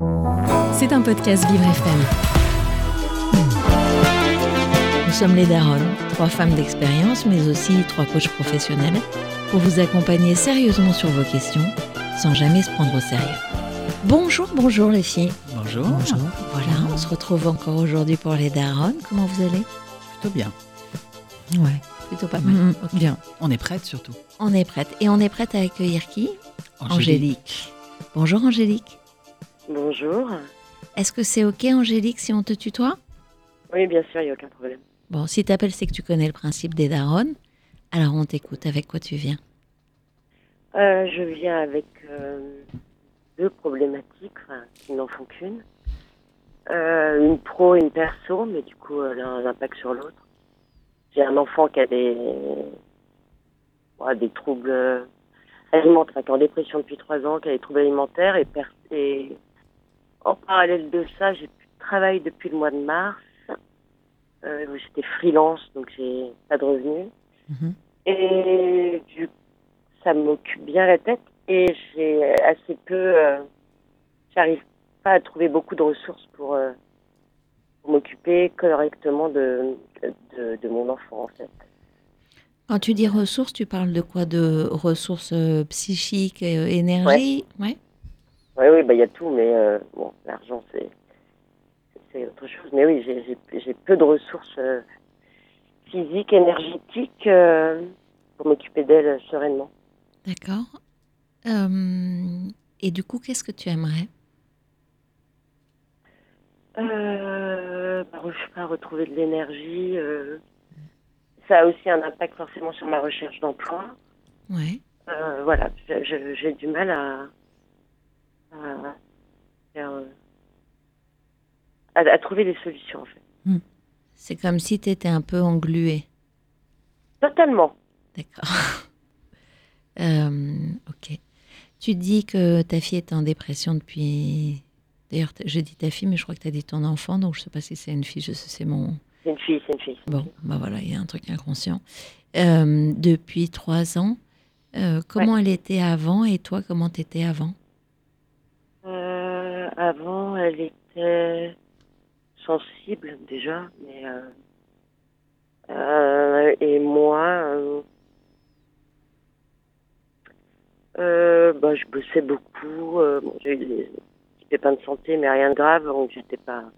C'est un podcast Vivre FM. Nous sommes les Daronnes, 3 femmes d'expérience, mais aussi 3 coachs professionnels, pour vous accompagner sérieusement sur vos questions, sans jamais se prendre au sérieux. Bonjour les filles. Bonjour. Voilà, on se retrouve encore aujourd'hui pour les Daronnes. Comment vous allez ? Plutôt bien. Ouais, plutôt pas mal. Ok. Bien. On est prête surtout. On est prête. Et on est prête à accueillir qui ? Angélique. Bonjour Angélique. Bonjour. Est-ce que c'est ok Angélique si on te tutoie ? Oui, bien sûr, il n'y a aucun problème. Bon, si t'appelles, c'est que tu connais le principe des Daronnes. Alors on t'écoute, avec quoi tu viens ? Je viens avec 2 problématiques qui n'en font qu'une. Une pro et une perso, mais du coup, l'un impact sur l'autre. J'ai un enfant qui a des troubles alimentaires, qui est en dépression depuis 3 ans, qui a des troubles alimentaires. Et en parallèle de ça, j'ai plus de travail depuis le mois de mars. J'étais freelance, donc j'ai pas de revenus. Mhm. Et ça m'occupe bien la tête. Et j'ai assez peu... j'arrive pas à trouver beaucoup de ressources pour m'occuper correctement de mon enfant, en fait. Quand tu dis ressources, tu parles de quoi ? De ressources psychiques, énergie ? Ouais. Oui, il y a tout, mais l'argent, c'est autre chose. Mais oui, j'ai peu de ressources physiques, énergétiques pour m'occuper d'elle sereinement. D'accord. Et du coup, qu'est-ce que tu aimerais ? Je sais pas, retrouver de l'énergie. Ça a aussi un impact forcément sur ma recherche d'emploi. Ouais. Voilà, j'ai du mal à trouver des solutions, en fait. C'est comme si tu étais un peu engluée. Totalement. D'accord. Ok. Tu dis que ta fille est en dépression depuis... D'ailleurs, je dis ta fille, mais je crois que tu as dit ton enfant, donc je ne sais pas si c'est une fille, c'est mon... C'est une fille. Bon, bah voilà, il y a un truc inconscient. Depuis 3 ans, comment elle était avant et toi, comment tu étais avant ? Avant, elle était sensible déjà, mais et moi, je bossais beaucoup. J'ai eu des petits pépins de santé, mais rien de grave, donc j'étais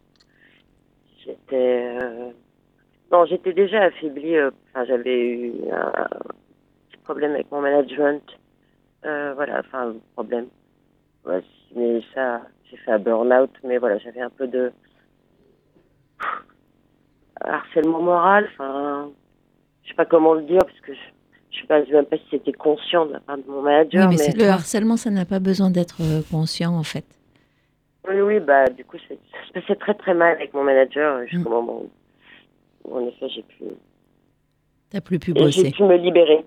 déjà affaiblie. J'avais eu un petit problème avec mon management. Problème. Ouais, mais ça, j'ai fait un burn-out, mais voilà, j'avais un peu de harcèlement moral. Je sais pas comment le dire, parce que je sais même pas si c'était conscient de la part de mon manager. Oui, mais le harcèlement, ça n'a pas besoin d'être conscient, en fait. Oui, du coup, ça se passait très très mal avec mon manager, jusqu'au moment où, en effet, T'as plus pu bosser. J'ai pu me libérer.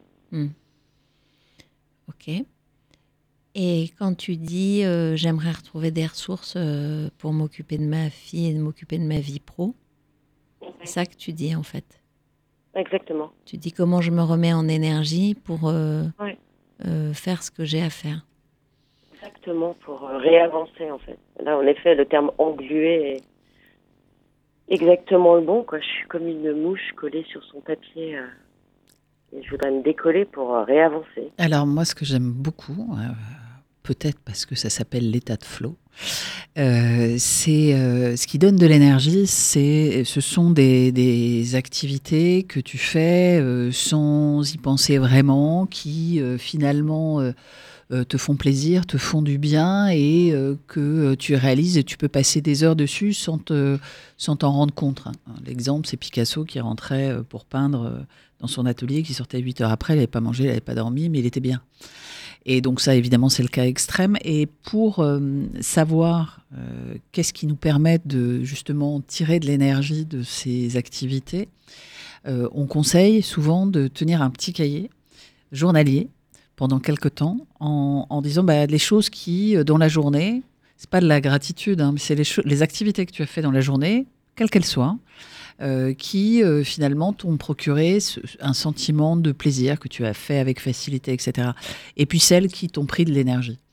Ok. Et quand tu dis j'aimerais retrouver des ressources pour m'occuper de ma fille et de m'occuper de ma vie pro, c'est ça que tu dis en fait. Exactement. Tu dis comment je me remets en énergie pour faire ce que j'ai à faire. Exactement, pour réavancer en fait. Là, en effet, le terme englué est exactement le bon, quoi. Je suis comme une mouche collée sur son papier. Et je voudrais me décoller pour réavancer. Alors moi, ce que j'aime beaucoup, peut-être parce que ça s'appelle l'état de flow, c'est ce qui donne de l'énergie, ce sont des activités que tu fais sans y penser vraiment, qui finalement te font plaisir, te font du bien et que tu réalises et tu peux passer des heures dessus sans t'en rendre compte. L'exemple, c'est Picasso qui rentrait pour peindre dans son atelier, qui sortait 8 heures après, il n'avait pas mangé, il n'avait pas dormi, mais il était bien. Et donc ça, évidemment, c'est le cas extrême. Et pour savoir qu'est-ce qui nous permet de justement tirer de l'énergie de ces activités, on conseille souvent de tenir un petit cahier journalier pendant quelques temps en disant les choses qui, dans la journée, c'est pas de la gratitude, mais c'est les activités que tu as fait dans la journée, quelles qu'elles soient, qui finalement t'ont procuré un sentiment de plaisir que tu as fait avec facilité, etc. Et puis celles qui t'ont pris de l'énergie.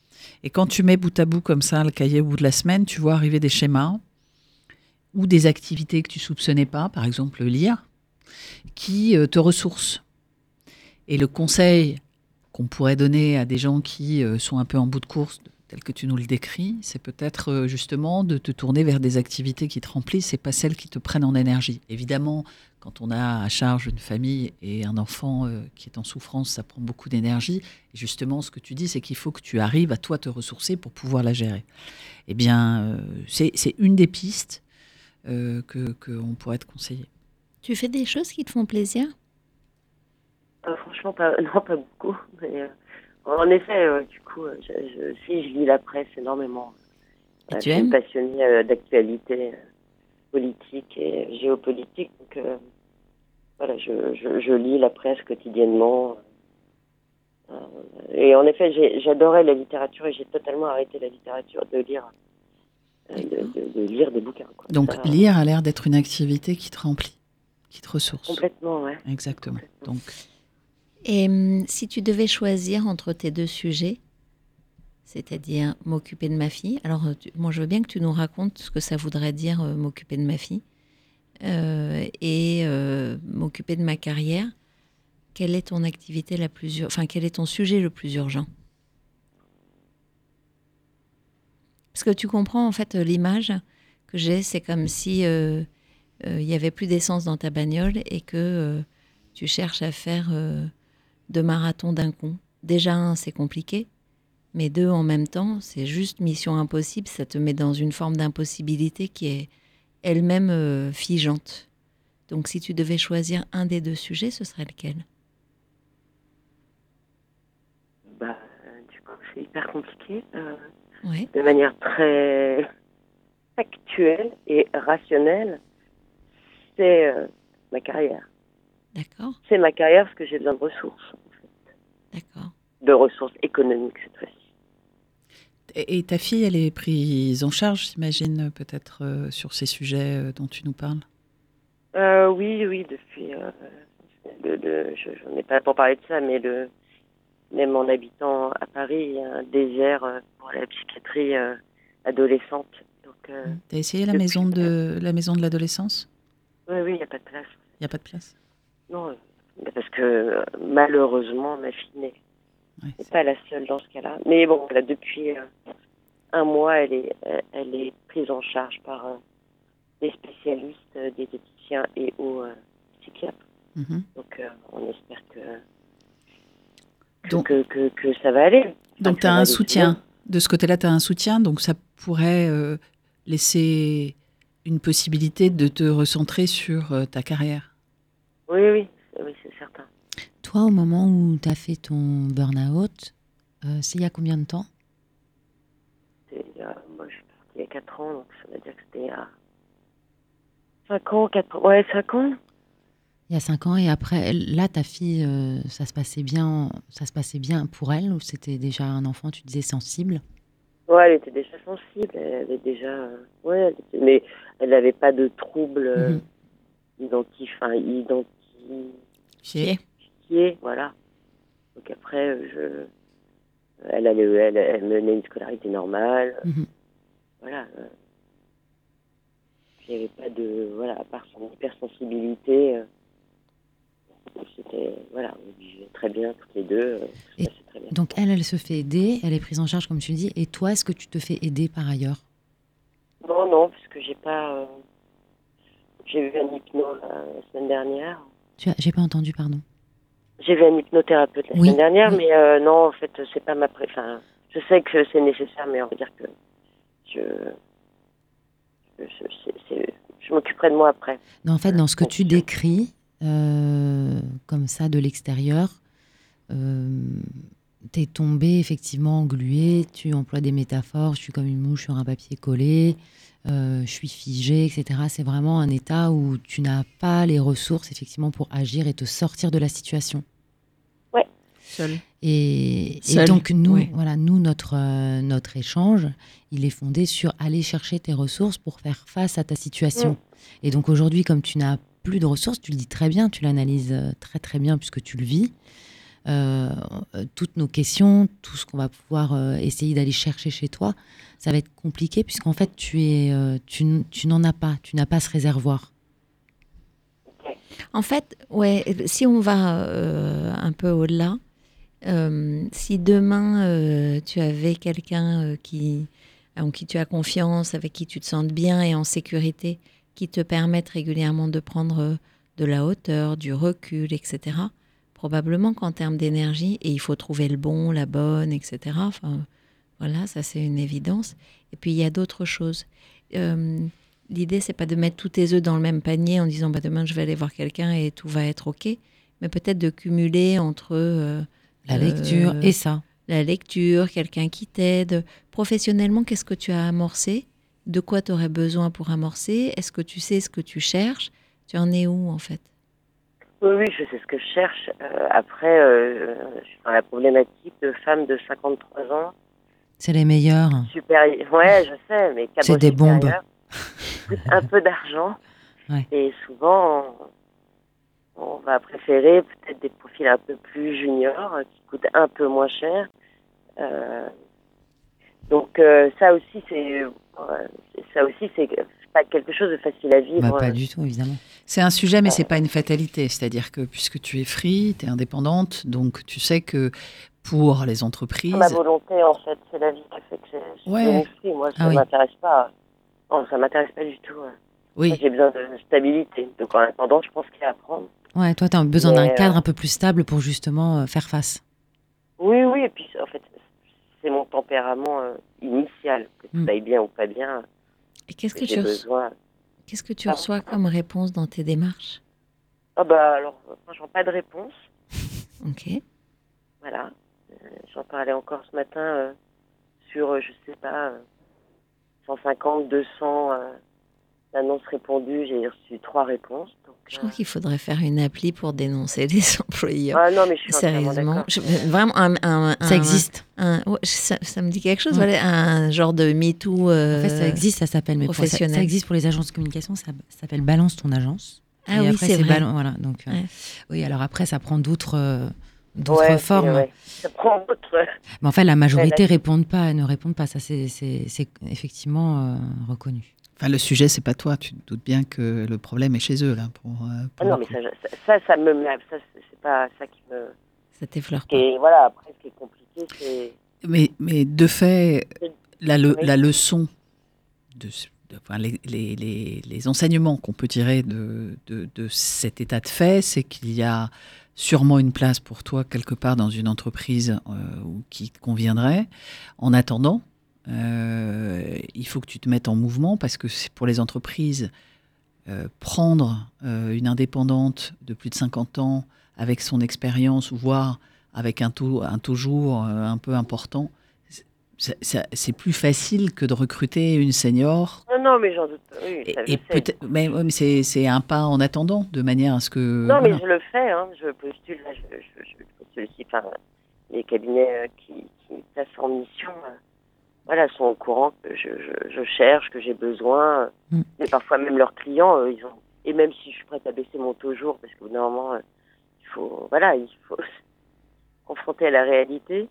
Et quand tu mets bout à bout comme ça le cahier au bout de la semaine, tu vois arriver des schémas ou des activités que tu soupçonnais pas, par exemple lire, qui te ressourcent. Et le conseil qu'on pourrait donner à des gens qui sont un peu en bout de course, tel que tu nous le décris, c'est peut-être justement de te tourner vers des activités qui te remplissent et pas celles qui te prennent en énergie. Évidemment, quand on a à charge une famille et un enfant qui est en souffrance, ça prend beaucoup d'énergie. Et justement, ce que tu dis, c'est qu'il faut que tu arrives à toi te ressourcer pour pouvoir la gérer. Eh bien, c'est une des pistes qu'on pourrait te conseiller. Tu fais des choses qui te font plaisir ? Franchement, non, pas beaucoup. Mais, en effet, du coup, je lis la presse énormément. Et Je tu suis aimes ? une passionnée d'actualité politique et géopolitique. Donc, voilà, je lis la presse quotidiennement. Et en effet, j'adorais la littérature et j'ai totalement arrêté la littérature, de lire des bouquins. Quoi. Donc, Ça, lire a l'air d'être une activité qui te remplit, qui te ressource. complètement, ouais. Exactement. Donc, Et si tu devais choisir entre tes deux sujets, c'est-à-dire m'occuper de ma fille, alors moi je veux bien que tu nous racontes ce que ça voudrait dire m'occuper de ma fille et m'occuper de ma carrière, quelle est ton activité la plus enfin quel est ton sujet le plus urgent ? Parce que tu comprends en fait l'image que j'ai, c'est comme si il y avait plus d'essence dans ta bagnole et que tu cherches à faire 2 marathons d'un coup. Déjà, 1, c'est compliqué, mais 2, en même temps, c'est juste mission impossible. Ça te met dans une forme d'impossibilité qui est elle-même figeante. Donc, si tu devais choisir un des 2 sujets, ce serait lequel ? Du coup, c'est hyper compliqué. Ouais. De manière très factuelle et rationnelle, c'est ma carrière. D'accord, C'est ma carrière parce que j'ai besoin de ressources. d'accord. De ressources économiques, cette fois-ci. et ta fille, elle est prise en charge, j'imagine, peut-être sur ces sujets dont tu nous parles. Oui, depuis... je n'en ai pas pour parler de ça, mais même en habitant à Paris, il y a un désert pour la psychiatrie adolescente. Donc, Tu as essayé la depuis- maison de l'adolescence ? oui, il n'y a pas de place. Il n'y a pas de place ? Non, parce que malheureusement, ma fille n'est Ouais, pas la seule dans ce cas-là. Mais bon, là, depuis 1 mois, elle est prise en charge par des spécialistes, diététiciens et psychiatres. Mhm. Donc, on espère Donc- que ça va aller. Donc, que tu as ça va un aller soutien. De ce côté-là, tu as un soutien. Donc, ça pourrait laisser une possibilité de te recentrer sur ta carrière. Oui, c'est certain. Toi, au moment où tu as fait ton burn-out, c'est il y a combien de temps ? Moi, je suis partie il y a 4 ans, donc ça veut dire que c'était à 5 ans, 4 ans. Ouais, 5 ans. Il y a 5 ans, et après, là, ta fille, ça se passait bien pour elle, ou c'était déjà un enfant, tu disais, sensible ? Ouais, elle était déjà sensible, elle avait déjà... mais elle n'avait pas de troubles identifiés, voilà. Donc après, elle menait une scolarité normale, Mhm. voilà. Puis il n'y avait pas de... Voilà, à part son hypersensibilité, c'était... Voilà, on vivait très bien toutes les deux, Et ça c'est très bien. Donc, elle se fait aider, elle est prise en charge, comme tu dis, et toi, est-ce que tu te fais aider par ailleurs ? Non, parce que j'ai pas... j'ai vu un hypno la semaine dernière. J'ai pas entendu, pardon. J'ai vu un hypnothérapeute la Oui, semaine dernière, oui. mais non, en fait, c'est pas ma enfin, je sais que c'est nécessaire, mais on va dire que je m'occuperai de moi après. Non, en fait, dans ce que Donc, tu décris, comme ça, de l'extérieur, t'es tombé effectivement englué, tu emploies des métaphores, je suis comme une mouche sur un papier collé, je suis figée, etc. C'est vraiment un état où tu n'as pas les ressources, effectivement, pour agir et te sortir de la situation. Seul. Et Seul, donc, nous, oui. voilà, notre échange, il est fondé sur aller chercher tes ressources pour faire face à ta situation. Et donc, aujourd'hui, comme tu n'as plus de ressources, tu le dis très bien, tu l'analyses très, très bien puisque tu le vis. toutes nos questions, tout ce qu'on va pouvoir essayer d'aller chercher chez toi, ça va être compliqué puisqu'en fait, tu n'en as pas, tu n'as pas ce réservoir. En fait, ouais, si on va un peu au-delà, si demain tu avais quelqu'un en qui tu as confiance, avec qui tu te sens bien et en sécurité, qui te permettent régulièrement de prendre de la hauteur, du recul, etc., probablement qu'en termes d'énergie, et il faut trouver le bon, la bonne, etc., enfin, voilà, ça c'est une évidence. Et puis il y a d'autres choses. L'idée, c'est pas de mettre tous tes œufs dans le même panier en disant demain je vais aller voir quelqu'un et tout va être OK, mais peut-être de cumuler entre La lecture et ça. la lecture, quelqu'un qui t'aide. Professionnellement, qu'est-ce que tu as amorcé? De quoi tu aurais besoin pour amorcer? Est-ce que tu sais ce que tu cherches? Tu en es où en fait? Oui, je sais ce que je cherche. Après, je suis dans la problématique de femmes de 53 ans. C'est les meilleurs. Ouais, je sais, mais C'est des bombes. Coûtent un peu d'argent. Ouais. Et souvent, on va préférer peut-être des profils un peu plus juniors, qui coûtent un peu moins cher. Donc ça aussi, c'est pas quelque chose de facile à vivre. Pas du tout, évidemment. C'est un sujet, mais c'est pas une fatalité. C'est-à-dire que puisque tu es free, tu es indépendante, donc tu sais que pour les entreprises... Ma volonté, en fait, c'est la vie qui fait que je suis free. Moi, ça m'intéresse pas. Non, ça m'intéresse pas du tout. Oui. Moi, j'ai besoin de stabilité. Donc en attendant, je pense qu'il y a à prendre. Ouais, toi, tu as besoin d'un cadre un peu plus stable pour justement faire face. Oui, et puis en fait, c'est mon tempérament initial, que tout aille bien ou pas bien. Et qu'est-ce que tu reçois comme réponse dans tes démarches? Alors, franchement, pas de réponse. Ok. Voilà. J'en parlais encore ce matin sur, je sais pas, 150, 200 annonces répondues. J'ai reçu 3 réponses. Donc, je crois qu'il faudrait faire une appli pour dénoncer les employeurs. Ah non, mais je suis sérieusement. Vraiment, ça existe. Ça me dit quelque chose. Voilà, un genre de MeToo. En fait, ça existe, ça s'appelle. Mais ça existe pour les agences de communication. Ça s'appelle Balance ton agence. Ah oui, après, c'est vrai. Voilà. Donc, oui, alors après, ça prend d'autres formes. Ouais. Ça prend d'autres. Mais en fait, la majorité ne répondent pas. Ça, c'est effectivement reconnu. Enfin, le sujet, c'est pas toi. Tu te doutes bien que le problème est chez eux, là. Non, mais ça me... Ça, c'est pas ça qui me... Ça t'effleure pas. Et voilà, après, ce qui est compliqué, c'est... Mais de fait, la leçon, les enseignements qu'on peut tirer de cet état de fait, c'est qu'il y a sûrement une place pour toi quelque part dans une entreprise qui te conviendrait. En attendant, il faut que tu te mettes en mouvement parce que c'est pour les entreprises, prendre une indépendante de plus de 50 ans avec son expérience, voire avec un taux jour un peu important, c'est plus facile que de recruter une senior. Non, mais j'en doute pas. Oui, ça, et peut-être, mais c'est un pas en attendant, de manière à ce que... Non, mais je le fais. Je postule. Là, je postule aussi. Enfin, les cabinets qui placent en mission... Voilà, sont au courant que je cherche, que j'ai besoin. Mais parfois même leurs clients, ils ont. Et même si je suis prête à baisser mon taux jour, parce que normalement, il faut se confronter à la réalité.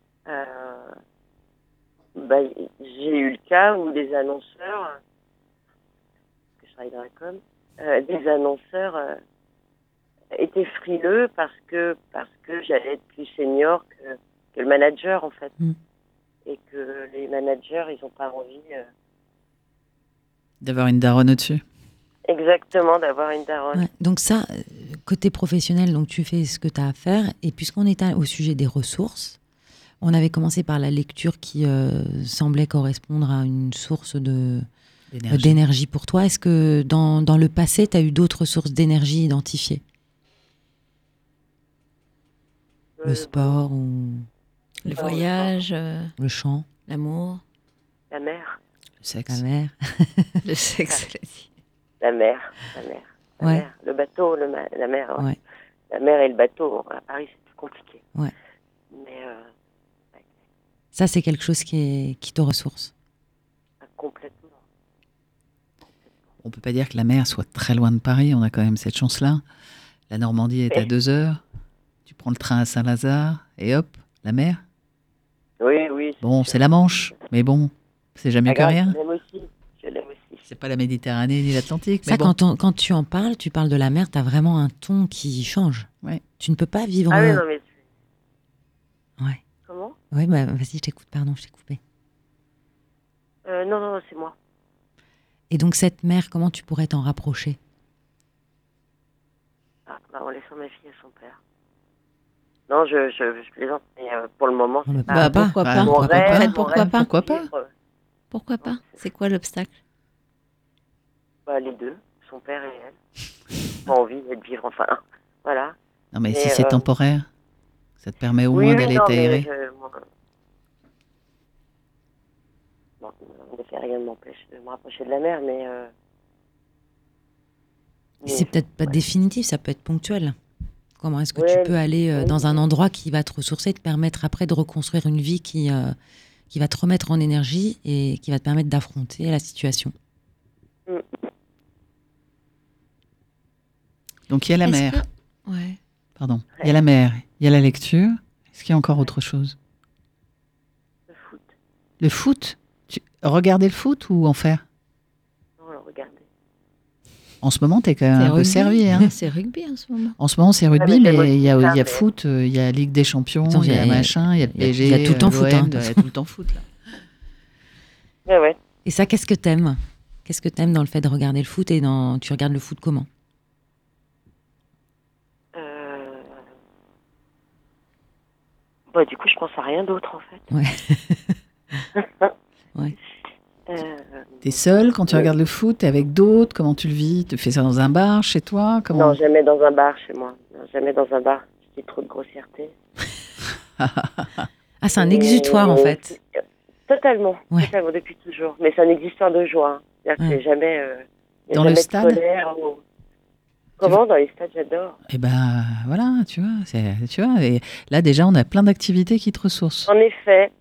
J'ai eu le cas où des annonceurs, parce que je travaille dans la com, des annonceurs étaient frileux parce que j'allais être plus senior que le manager en fait. Et que les managers, ils n'ont pas envie... D'avoir une daronne au-dessus. Exactement, d'avoir une daronne. Ouais, donc ça, côté professionnel, donc tu fais ce que tu as à faire. Et puisqu'on est au sujet des ressources, on avait commencé par la lecture qui semblait correspondre à une source d'énergie pour toi. Est-ce que dans le passé, tu as eu d'autres sources d'énergie identifiées? Le sport ou... Le voyage, le chant, l'amour, la mer, le sexe, la mer, le sexe, la mer, mer. Le bateau, la mer, ouais. La mer et le bateau. À Paris, c'est plus compliqué. Ouais. Mais ça, c'est quelque chose qui te ressource. Complètement. On peut pas dire que la mer soit très loin de Paris. On a quand même cette chance-là. La Normandie est à 2 heures. Tu prends le train à Saint-Lazare et hop, la mer. Oui. Bon, c'est la Manche, mais bon, c'est jamais que grave, rien. Je l'aime aussi. C'est pas la Méditerranée ni l'Atlantique, Ça, mais bon. quand tu en parles, tu parles de la mer, tu as vraiment un ton qui change. Ouais. Tu ne peux pas vivre. Ah oui, non, mais... Ouais. Comment? Ouais, bah, vas-y, je t'écoute, pardon, je t'ai coupé. Non, c'est moi. Et donc, cette mer, comment tu pourrais t'en rapprocher? En laissant ma fille à son père. Non, je plaisante, mais pour le moment, Non, mais c'est pas... Pourquoi pas Mon pourquoi rêve, pas mon Pourquoi rêve, pas c'est Pourquoi de pas vivre, Pourquoi pas? C'est quoi l'obstacle? les deux, son père et elle. Pas envie de vivre, enfin, voilà. Non, mais Mais, si c'est temporaire, ça te permet au oui, moins oui, d'aller non, t'aérer. mais bon, en effet, rien ne m'empêche de me rapprocher de la mer, mais... C'est peut-être pas définitif, ça peut être ponctuel. Comment est-ce que Ouais, tu peux aller oui. dans un endroit qui va te ressourcer, te permettre après de reconstruire une vie qui va te remettre en énergie et qui va te permettre d'affronter la situation? Donc il y a la Est-ce mer, que- Ouais. pardon. Il y a la mer, il y a la lecture. Est-ce qu'il y a encore autre chose? Le foot, Le foot? Regarder le foot ou en faire? non, regardez. En ce moment, t'es quand même C'est un peu rugby. servi. Hein. C'est rugby en ce moment. En ce moment, c'est rugby, mais j'aime mais aussi il y a ça, mais- foot, il y a Ligue des Champions, Attends, il y a machin, il y a le il y a- PSG, il y a tout le temps foot, hein, l'OM, de toute il y a façon. tout le temps foot. Là. Ouais. Et ça, qu'est-ce que t'aimes? Qu'est-ce que t'aimes dans le fait de regarder le foot et tu regardes le foot comment? Du coup, je pense à rien d'autre, en fait. Ouais. Ouais. T'es seul quand tu regardes le foot, t'es avec d'autres, comment tu le vis? Tu fais ça dans un bar, chez toi? Comment... Non, jamais dans un bar chez moi. Non, jamais dans un bar. C'est trop de grossièreté. Ah, c'est un exutoire en fait. Totalement. Ouais. Totalement, depuis toujours. Mais c'est un exutoire de joie. Hein. C'est-à-dire que Ouais. c'est jamais... il y a Dans jamais le de stade colère ou... Comment? Dans les stades, j'adore. Eh ben voilà, tu vois. Et là déjà, on a plein d'activités qui te ressourcent. En effet.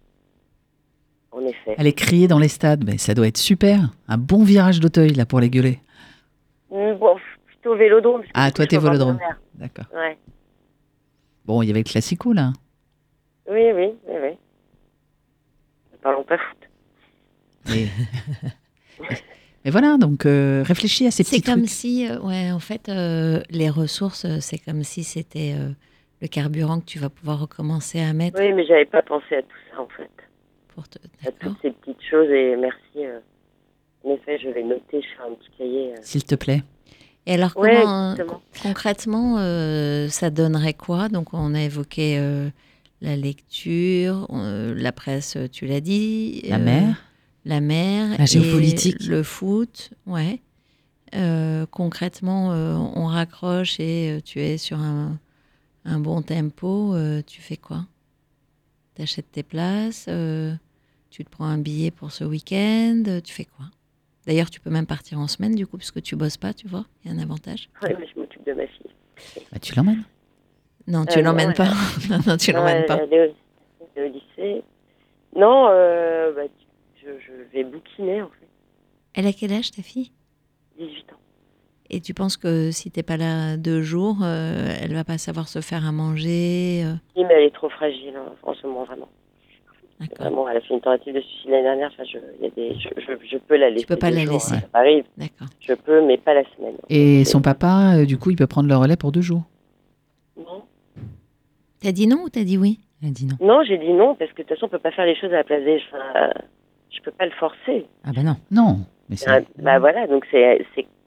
Aller crier dans les stades, ben, ça doit être super. Un bon virage d'Auteuil là pour les gueuler. Bon, plutôt vélodrome. parce que Ah, du coup, toi je t'es suis au bord de la vélodrome. mer. D'accord. Ouais. Bon, il y avait le classico là. Oui. Ne parlons pas foot. Mais, mais voilà, donc réfléchis à ces C'est petits comme trucs. si, en fait, les ressources, c'est comme si c'était le carburant que tu vas pouvoir recommencer à mettre Oui, mais j'avais pas pensé à tout ça, en fait. pour te. À D'accord. toutes ces petites choses et merci. En effet, je vais noter sur un petit cahier. S'il te plaît. Et alors, Ouais, comment, exactement. concrètement, ça donnerait quoi? Donc, on a évoqué la lecture, la presse, tu l'as dit. La mer. La mer. La et géopolitique. le foot, ouais. Concrètement, on raccroche et tu es sur un bon tempo. Tu fais quoi? Tu achètes tes places, tu te prends un billet pour ce week-end, tu fais quoi? D'ailleurs, tu peux même partir en semaine, du coup, puisque tu bosses pas, tu vois. Il y a un avantage. Ouais, mais je m'occupe de ma fille. Bah, tu l'emmènes. Non, tu non, l'emmènes elle- pas. Non, tu l'emmènes pas. Elle est au lycée. Non, je vais bouquiner, en fait. Elle a quel âge, ta fille? 18 ans. Et tu penses que si t'es pas là 2 jours, elle va pas savoir se faire à manger Oui, mais elle est trop fragile, hein, en ce moment, vraiment. D'accord. Vraiment, elle a fait une tentative de suicide l'année dernière. Enfin, je peux la laisser. peux pas 2 la jours, laisser. hein, ça arrive. D'accord. Je peux, mais pas la semaine. Et son papa, du coup, il peut prendre le relais pour 2 jours. Non. T'as dit non ou t'as dit oui? Elle a dit non. Non, j'ai dit non, parce que de toute façon, on peut pas faire les choses à la place des... Enfin, je peux pas le forcer. Ah ben non. Non, mais c'est... Voilà, donc c'est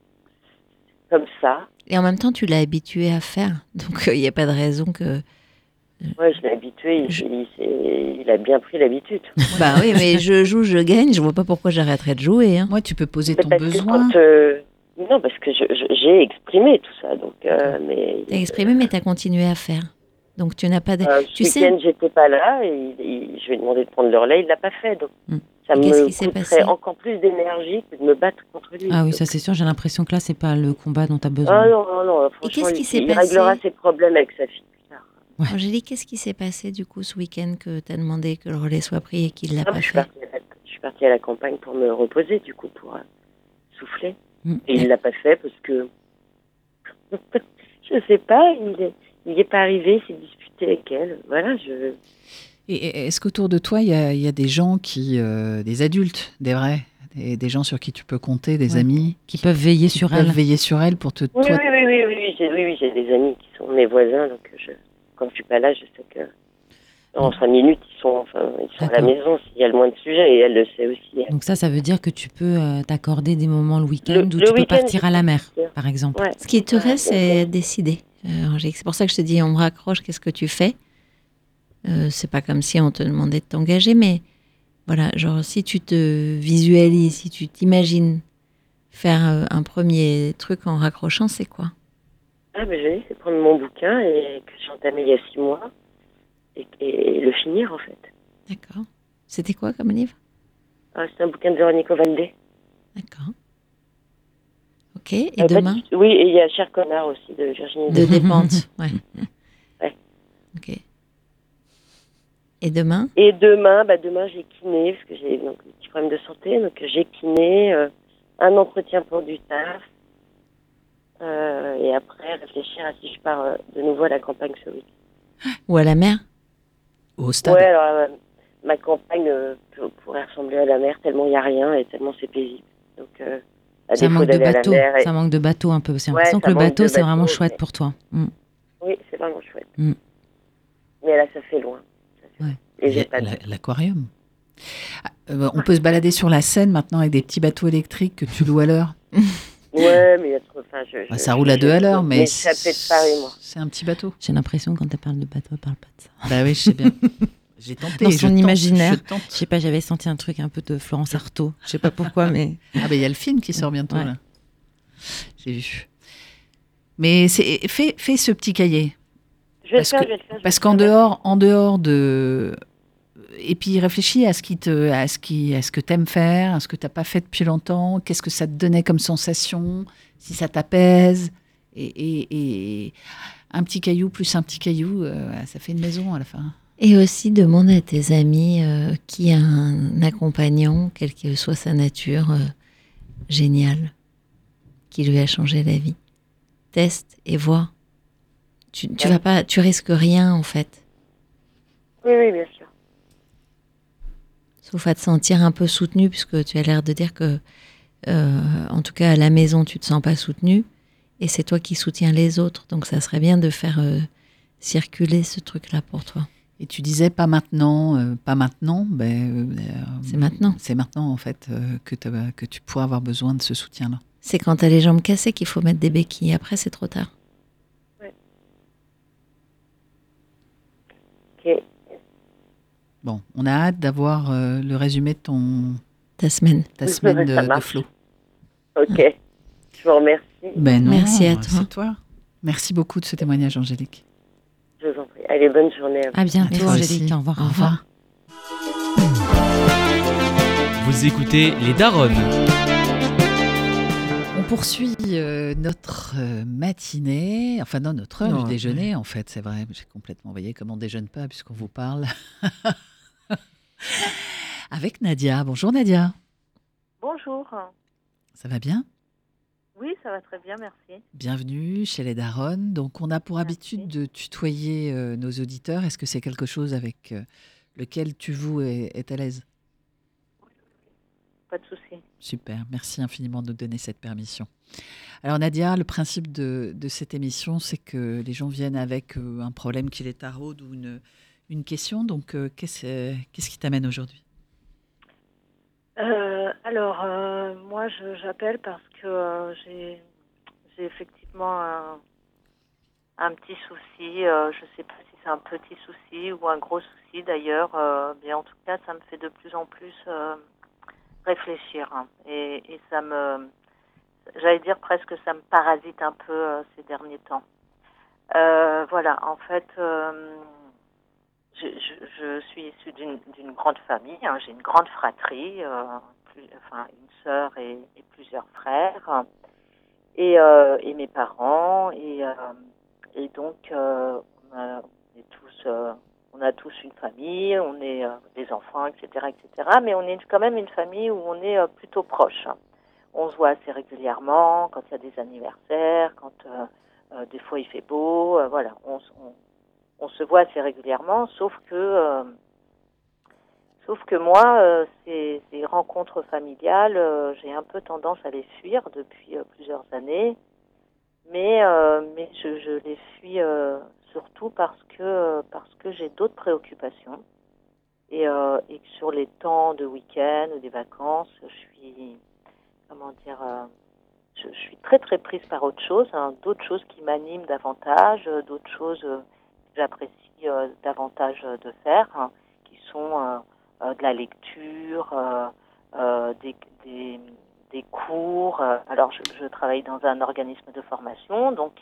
comme ça. Et en même temps, tu l'as habitué à faire. Donc, il n'y a pas de raison que... Ouais, je l'ai habitué, il a bien pris l'habitude. Bah oui, mais je joue, je gagne. Je vois pas pourquoi j'arrêterais de jouer. Hein. Moi, tu peux poser Mais ton parce que besoin. non, parce que j'ai exprimé tout ça, donc... mais T'as exprimé, mais t'as continué à faire. Donc, tu n'as pas... ce tu sais... week-end, j'étais pas là, et je lui ai demandé de prendre le relais, il l'a pas fait, donc ça Et qu'est-ce me qui s'est coûterait passé encore plus d'énergie que de me battre contre lui. Ah oui, Donc, ça c'est sûr, j'ai l'impression que là, c'est pas le combat dont tu as besoin. Ah non, franchement, qu'est-ce qui s'est il passé réglera ses problèmes avec sa fille plus tard. Angélique, qu'est-ce qui s'est passé du coup ce week-end que t'as demandé que le relais soit pris et qu'il l'a Ah, pas je suis fait? partie à la campagne pour me reposer, du coup, pour souffler. Mm. Et il l'a pas fait parce que... je sais pas, il n'est pas arrivé, il s'est disputé avec elle. Voilà, Et est-ce qu'autour de toi, il y a des gens des adultes, des vrais, des gens sur qui tu peux compter, des Ouais. amis Qui peuvent veiller qui sur peuvent elle. veiller sur elle pour te... Oui, toi, oui, j'ai des amis qui sont mes voisins, donc quand je suis pas là, je sais que en 5 minutes, ils sont à la D'accord. maison s'il y a le moins de sujets, et elle le sait aussi. Donc ça veut dire que tu peux t'accorder des moments le week-end où Le tu peux week-end, partir je à la peux mer, partir. par exemple. Ouais. Ce qui te reste, Ouais, c'est décider, Angélique. C'est pour ça que je te dis, on me raccroche, qu'est-ce que tu fais? C'est pas comme si on te demandait de t'engager, mais voilà, genre si tu te visualises, si tu t'imagines faire un premier truc en raccrochant, c'est quoi? Ah, mais je vais c'est prendre mon bouquin et que j'ai entamé il y a 6 mois et le finir, en fait. D'accord. C'était quoi comme livre? Ah, c'est un bouquin de Véronique Ovaldé. D'accord. Ok, et demain? Oui, et il y a Cher Connard aussi de Virginie De Despentes. Despentes, ouais. Ouais. Ok. Et demain? Et demain, demain j'ai kiné, parce que j'ai donc, des petits problèmes de santé, donc j'ai kiné, un entretien pour du taf, et après réfléchir à si je pars de nouveau à la campagne ce week. Ou à la mer? au stade. Ouais, alors ma campagne pourrait ressembler à la mer tellement il n'y a rien et tellement c'est paisible. Donc à Ça défaut manque de d'aller à la bateau. mer. Ça manque de bateau un peu. C'est Ouais, l'impression que ça le manque bateau, de c'est vraiment bateau, chouette mais- pour toi. Oui, c'est vraiment chouette. Mm. Mais là, ça fait loin. Ouais. Et Il y j'ai a pas de... l'aquarium. On peut se balader sur la Seine maintenant avec des petits bateaux électriques que tu loues à l'heure. Ouais, mais il y a trop... Enfin, Ça roule à 2 à l'heure, mais m'échapper de Paris, moi. c'est un petit bateau. J'ai l'impression quand elle parle de bateau, elle parle pas de ça. Bah oui, je sais bien. J'ai tenté. Dans je son tente, imaginaire. je tente. Je sais pas, j'avais senti un truc un peu de Florence Artaud. Je sais pas pourquoi, mais Ah ben il y a le film qui sort bientôt Ouais. là. J'ai vu. Mais fais ce petit cahier. Je vais Parce le faire, que- je vais le faire. Parce qu'en dehors de... Et puis réfléchis à ce que t'aimes faire, à ce que t'as pas fait depuis longtemps, qu'est-ce que ça te donnait comme sensation, si ça t'apaise. Et un petit caillou plus un petit caillou, ça fait une maison à la fin. Et aussi demande à tes amis qui a un accompagnant, quelle que soit sa nature, génial, qui lui a changé la vie. Teste et vois. Tu vas pas, tu risques rien en fait, Oui, bien sûr. sauf à te sentir un peu soutenu, puisque tu as l'air de dire que, en tout cas à la maison, tu te sens pas soutenu, et c'est toi qui soutiens les autres. Donc ça serait bien de faire circuler ce truc-là pour toi. Et tu disais pas maintenant, C'est maintenant. C'est maintenant en fait que tu pourras avoir besoin de ce soutien-là. C'est quand t'as les jambes cassées qu'il faut mettre des béquilles. Après, c'est trop tard. Ok. Bon, on a hâte d'avoir le résumé de Ta semaine. ta semaine Ça de marche. flow. Ok. Je vous remercie. Ben non, Merci à toi. c'est toi. Merci beaucoup de ce témoignage, Angélique. Je vous en prie. Allez, bonne journée. À vous. à bientôt, À toi Angélique. aussi. Au revoir. Au revoir. Vous écoutez Les Daronnes. On poursuit notre matinée, enfin non, notre heure Non, du déjeuner en fait, c'est vrai. J'ai complètement oublié comment on déjeune pas puisqu'on vous parle. Avec Nadia. Bonjour Nadia. Bonjour. Ça va bien? Oui, ça va très bien, merci. Bienvenue chez les Daronnes. Donc on a pour Merci. habitude de tutoyer nos auditeurs. Est-ce que c'est quelque chose avec lequel tu vous est à l'aise? Pas de souci. Super, merci infiniment de nous donner cette permission. Alors Nadia, le principe de cette émission, c'est que les gens viennent avec un problème qui les taraude ou une question. Donc qu'est-ce qui t'amène aujourd'hui? Moi, j'appelle parce que j'ai effectivement un petit souci. Je ne sais pas si c'est un petit souci ou un gros souci d'ailleurs. Mais en tout cas, ça me fait de plus en plus réfléchir. Hein. Et ça j'allais dire presque, ça me parasite un peu ces derniers temps. Voilà, en fait, je suis issue d'une grande famille. Hein. J'ai une grande fratrie, une sœur et plusieurs frères, et mes parents. Et donc, on a tous une famille, on est des enfants, etc., etc. Mais on est quand même une famille où on est plutôt proche. On se voit assez régulièrement quand il y a des anniversaires, quand Des fois, il fait beau. Voilà, on se voit assez régulièrement, sauf que moi, ces rencontres familiales, j'ai un peu tendance à les fuir depuis plusieurs années. Mais je les fuis surtout parce que j'ai d'autres préoccupations. Et que sur les temps de week-end ou des vacances, je suis très très prise par autre chose, hein, d'autres choses qui m'animent davantage, d'autres choses que j'apprécie davantage de faire, hein, qui sont de la lecture, des, des, des cours. Alors je travaille dans un organisme de formation, donc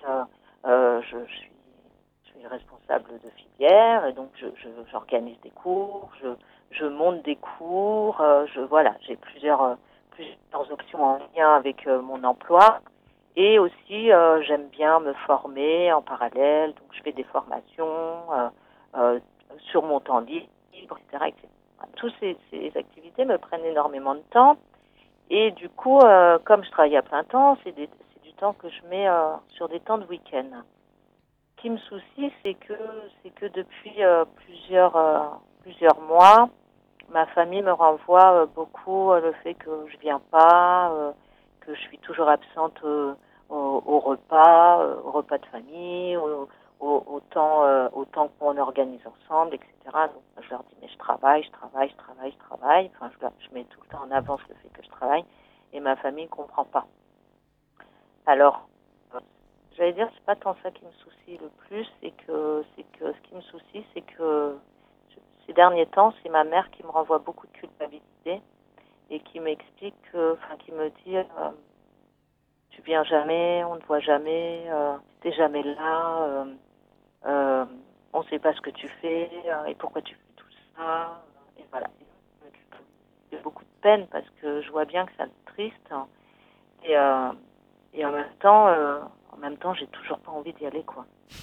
je suis responsable de filière, et donc j'organise des cours, je monte des cours, voilà, j'ai plusieurs options en lien avec mon emploi. Et aussi, j'aime bien me former en parallèle, donc je fais des formations euh, sur mon temps libre, etc., etc. Toutes ces activités me prennent énormément de temps. Et du coup, comme je travaille à plein temps, c'est du temps que je mets sur des temps de week-end. Ce qui me soucie, c'est que depuis plusieurs mois, ma famille me renvoie beaucoup le fait que je viens pas, que je suis toujours absente au repas de famille, au temps qu'on organise ensemble, etc. Donc je leur dis mais je travaille. Enfin je mets tout le temps en avance le fait que je travaille et ma famille ne comprend pas. Alors j'allais dire c'est pas tant ça qui me soucie le plus, c'est que ce qui me soucie c'est que ces derniers temps, c'est ma mère qui me renvoie beaucoup de culpabilité et qui m'explique, qui me dit tu viens jamais, on ne te voit jamais, t'es jamais là, on ne sait pas ce que tu fais et pourquoi tu fais tout ça. Et voilà. J'ai beaucoup de peine parce que je vois bien que ça le triste et en même temps, j'ai toujours pas envie d'y aller, quoi.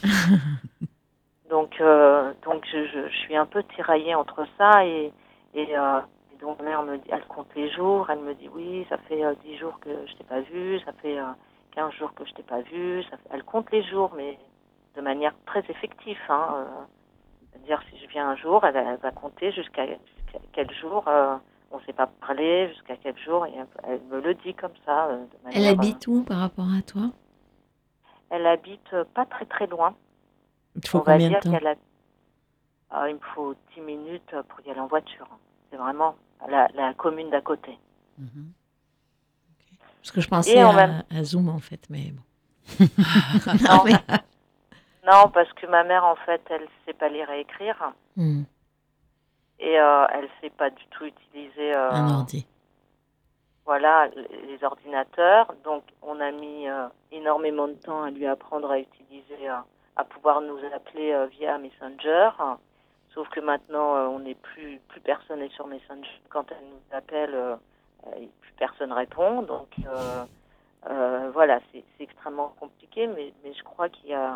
Donc je suis un peu tiraillée entre ça et donc ma mère elle compte les jours, elle me dit oui, ça fait 10 jours que je t'ai pas vu, ça fait 15 jours que je t'ai pas vu, elle compte les jours, mais de manière très effective, hein. C'est-à-dire si je viens un jour, elle va compter jusqu'à quel jour on s'est pas parlé, jusqu'à quel jour, et elle me le dit comme ça, de Elle manière. habite où par rapport à toi? Elle habite pas très très loin. Il te faut On va combien de dire temps? il me faut 10 minutes pour y aller en voiture. C'est vraiment la commune d'à côté. Mhm. Parce que je pensais Et en même à Zoom en fait, mais bon. non, non, parce que ma mère, en fait, elle sait pas lire et écrire. Hmm, Et elle sait pas du tout utiliser un ordi. voilà, les ordinateurs. Donc, on a mis énormément de temps à lui apprendre à utiliser, à pouvoir nous appeler via Messenger. Sauf que maintenant, on n'est plus personne n'est sur Messenger. Quand elle nous appelle, plus personne répond. Donc, voilà, c'est extrêmement compliqué. Mais je crois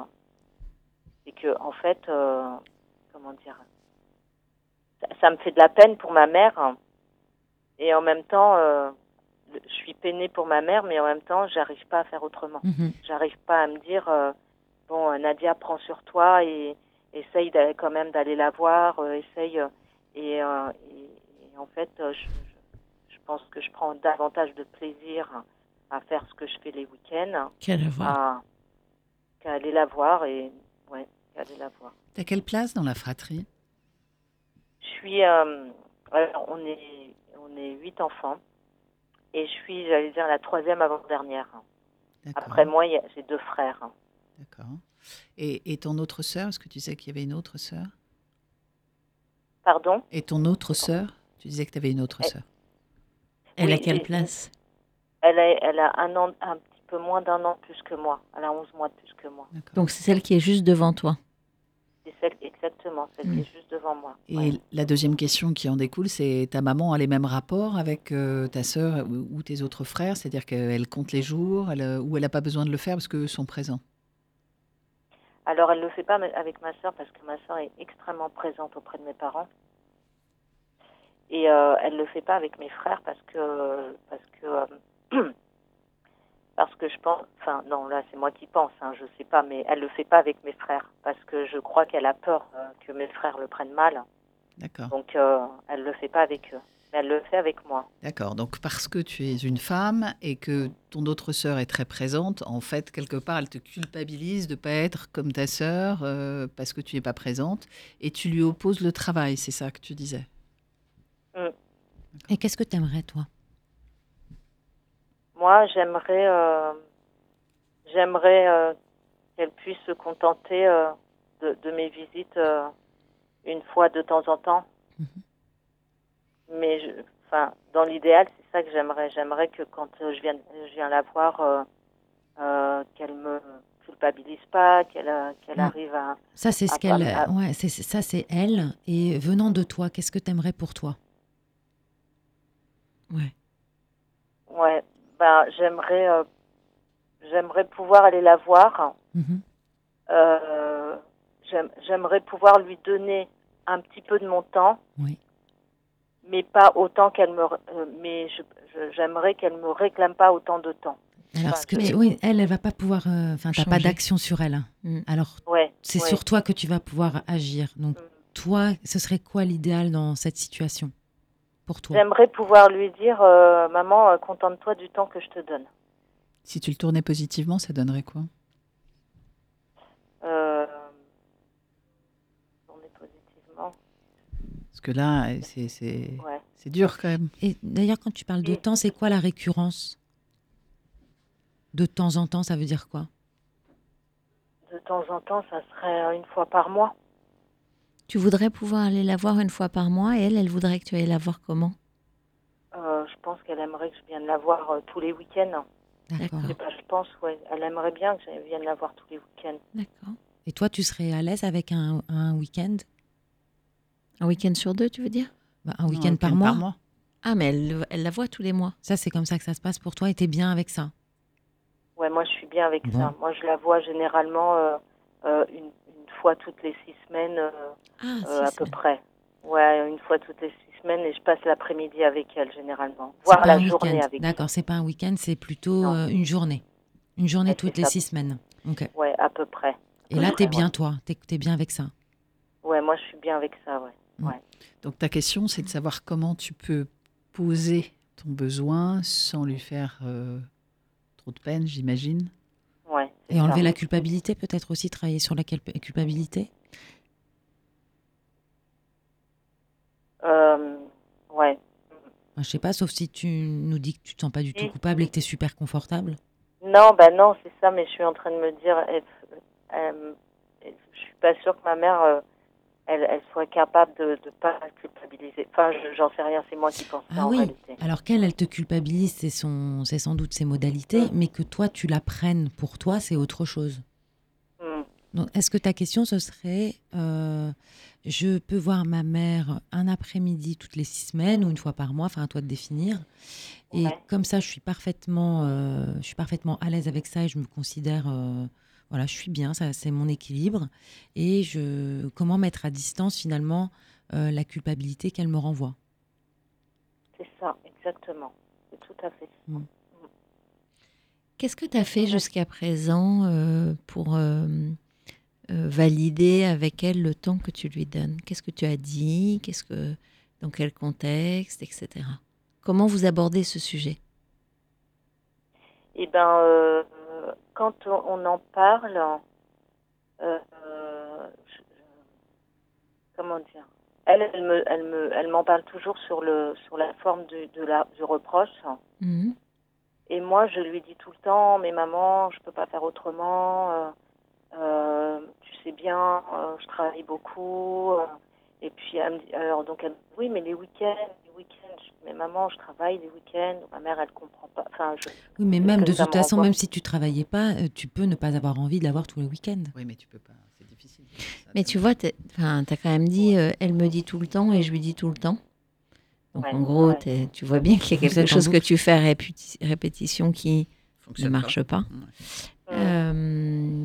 c'est que, en fait, comment dire, ça me fait de la peine pour ma mère. Et en même temps, je suis peinée pour ma mère, mais en même temps, j'arrive pas à faire autrement. Mhm. J'arrive pas à me dire, bon, Nadia, prends sur toi et essaye quand même d'aller la voir, essaye. Et en fait, je pense que je prends davantage de plaisir à faire ce que je fais les week-ends Qu'à la voir. qu'à aller la voir qu'à aller la voir. T'as quelle place dans la fratrie? Je suis, alors, on est 8 enfants. Et je suis, j'allais dire, la troisième avant-dernière. D'accord. Après moi, j'ai 2 frères. D'accord. Et ton autre sœur, est-ce que tu sais qu'il y avait une autre sœur? Pardon? Et ton autre sœur? Tu disais que tu avais une autre sœur. Elle Oui, a quelle place? Elle a un petit peu moins d'1 an plus que moi. Elle a 11 mois de plus que moi. D'accord. Donc c'est celle qui est juste devant toi. C'est exactement, celle qui est juste devant moi. Et Ouais. la deuxième question qui en découle, c'est ta maman a les mêmes rapports avec ta sœur ou tes autres frères? C'est-à-dire qu'elle compte les jours ou elle n'a pas besoin de le faire parce qu'eux sont présents? Alors, elle ne le fait pas avec ma sœur parce que ma sœur est extrêmement présente auprès de mes parents. Et elle ne le fait pas avec mes frères parce que que je pense, enfin non, là c'est moi qui pense, je sais pas, mais elle le fait pas avec mes frères parce que je crois qu'elle a peur que mes frères le prennent mal. D'accord. Donc elle le fait pas avec eux, mais elle le fait avec moi. D'accord. Donc, parce que tu es une femme et que ton autre sœur est très présente, en fait, quelque part, elle te culpabilise de ne pas être comme ta sœur parce que tu n'es pas présente et tu lui opposes le travail, c'est ça que tu disais. Et qu'est-ce que tu aimerais, toi? Moi, j'aimerais qu'elle puisse se contenter de mes visites une fois de temps en temps. Mais dans l'idéal, c'est ça que j'aimerais. J'aimerais que quand je viens la voir, qu'elle me culpabilise pas, qu'elle arrive à... Ça, c'est ce à qu'elle. pas- à- Ouais, ça, c'est elle. Et venant de toi, qu'est-ce que tu aimerais pour toi? Ouais. Ouais, j'aimerais pouvoir aller la voir. Mhm. J'aimerais pouvoir lui donner un petit peu de mon temps, Oui. mais pas autant qu'elle me... mais j'aimerais qu'elle me réclame pas autant de temps. Alors, Enfin, oui, elle va pas pouvoir. Enfin, t'as pas Changer. d'action sur elle. Alors, Ouais. c'est ouais. sur toi que tu vas pouvoir agir. Donc, toi, ce serait quoi l'idéal dans cette situation pour toi? J'aimerais pouvoir lui dire, maman, contente-toi du temps que je te donne. Si tu le tournais positivement, ça donnerait quoi? Tourner positivement. Parce que là, Ouais. c'est dur quand même. Et d'ailleurs, quand tu parles de temps, c'est quoi la récurrence? De temps en temps, ça veut dire quoi? De temps en temps, ça serait une fois par mois. Tu voudrais pouvoir aller la voir une fois par mois et elle voudrait que tu ailles la voir comment? Je pense qu'elle aimerait que je vienne la voir tous les week-ends. D'accord. Je pense, ouais. Elle aimerait bien que je vienne la voir tous les week-ends. D'accord. Et toi, tu serais à l'aise avec un week-end? Un week-end sur 2, tu veux dire? Un Non, week-end par mois? Ah, mais elle la voit tous les mois. Ça, c'est comme ça que ça se passe pour toi et t'es bien avec ça? Ouais, moi, je suis bien avec Bon. ça. Moi, je la vois généralement une fois toutes les 6 semaines, à peu près. Ouais, une fois toutes les 6 semaines, et je passe l'après-midi avec elle, généralement. C'est Voire pas la un journée week-end. avec D'accord, c'est pas un week-end, c'est plutôt Non. une journée. Une journée Ouais, toutes c'est les ça. 6 semaines. Ok. elle. Ouais, à peu près. Et là, t'es Ouais, bien, ouais. toi. T'es bien avec ça. Ouais, moi, je suis bien avec ça, ouais. Ouais. Donc ta question, c'est de savoir comment tu peux poser ton besoin sans lui faire trop de peine, j'imagine. Ouais, c'est Et enlever ça. la culpabilité, peut-être aussi travailler sur la culpabilité. Ouais. Enfin, je sais pas, sauf si tu nous dis que tu te sens pas du tout Si. coupable et que tu es super confortable. Non, non, c'est ça, mais je suis en train de me dire, je suis pas sûre que ma mère, elle soit capable de pas culpabiliser. Enfin, j'en sais rien, c'est moi qui pense ça Ah en oui, réalité. alors qu'elle, elle te culpabilise, c'est sans doute ses modalités, mais que toi, tu la prennes pour toi, c'est autre chose. Hmm. Donc, est-ce que ta question, ce serait, je peux voir ma mère un après-midi toutes les 6 semaines ou une fois par mois, enfin à toi de définir. Et Ouais. comme ça, je suis parfaitement à l'aise avec ça et je me considère, voilà, je suis bien, ça, c'est mon équilibre. Et comment mettre à distance finalement la culpabilité qu'elle me renvoie. C'est ça, exactement. C'est tout à fait ça. Qu'est-ce que tu as fait jusqu'à présent pour valider avec elle le temps que tu lui donnes? Qu'est-ce que tu as dit? Dans quel contexte, etc. Comment vous abordez ce sujet? Eh ben, quand on en parle, comment dire? Elle m'en parle toujours sur la forme du reproche. Mhm. Et moi, je lui dis tout le temps, mais maman, je peux pas faire autrement. Tu sais bien, je travaille beaucoup. Et puis elle me dit, alors donc elle me dit, oui, mais les week-ends. Je dis, mais maman, je travaille les week-ends. Ma mère, elle comprend pas. Enfin, Oui, mais c'est même ce de que ça toute me façon, renvoie. même si tu travaillais pas, tu peux ne pas avoir envie de la voir tous les week-ends. Oui, mais tu peux pas, c'est difficile. Mais tu vois, t'as quand même dit, elle me dit tout le temps et je lui dis tout le temps. Donc Ouais, en gros, ouais. tu vois bien qu'il y a quelque C'est en chose que boucle. tu fais à répétition qui ne Fonctionne marche pas. Ouais.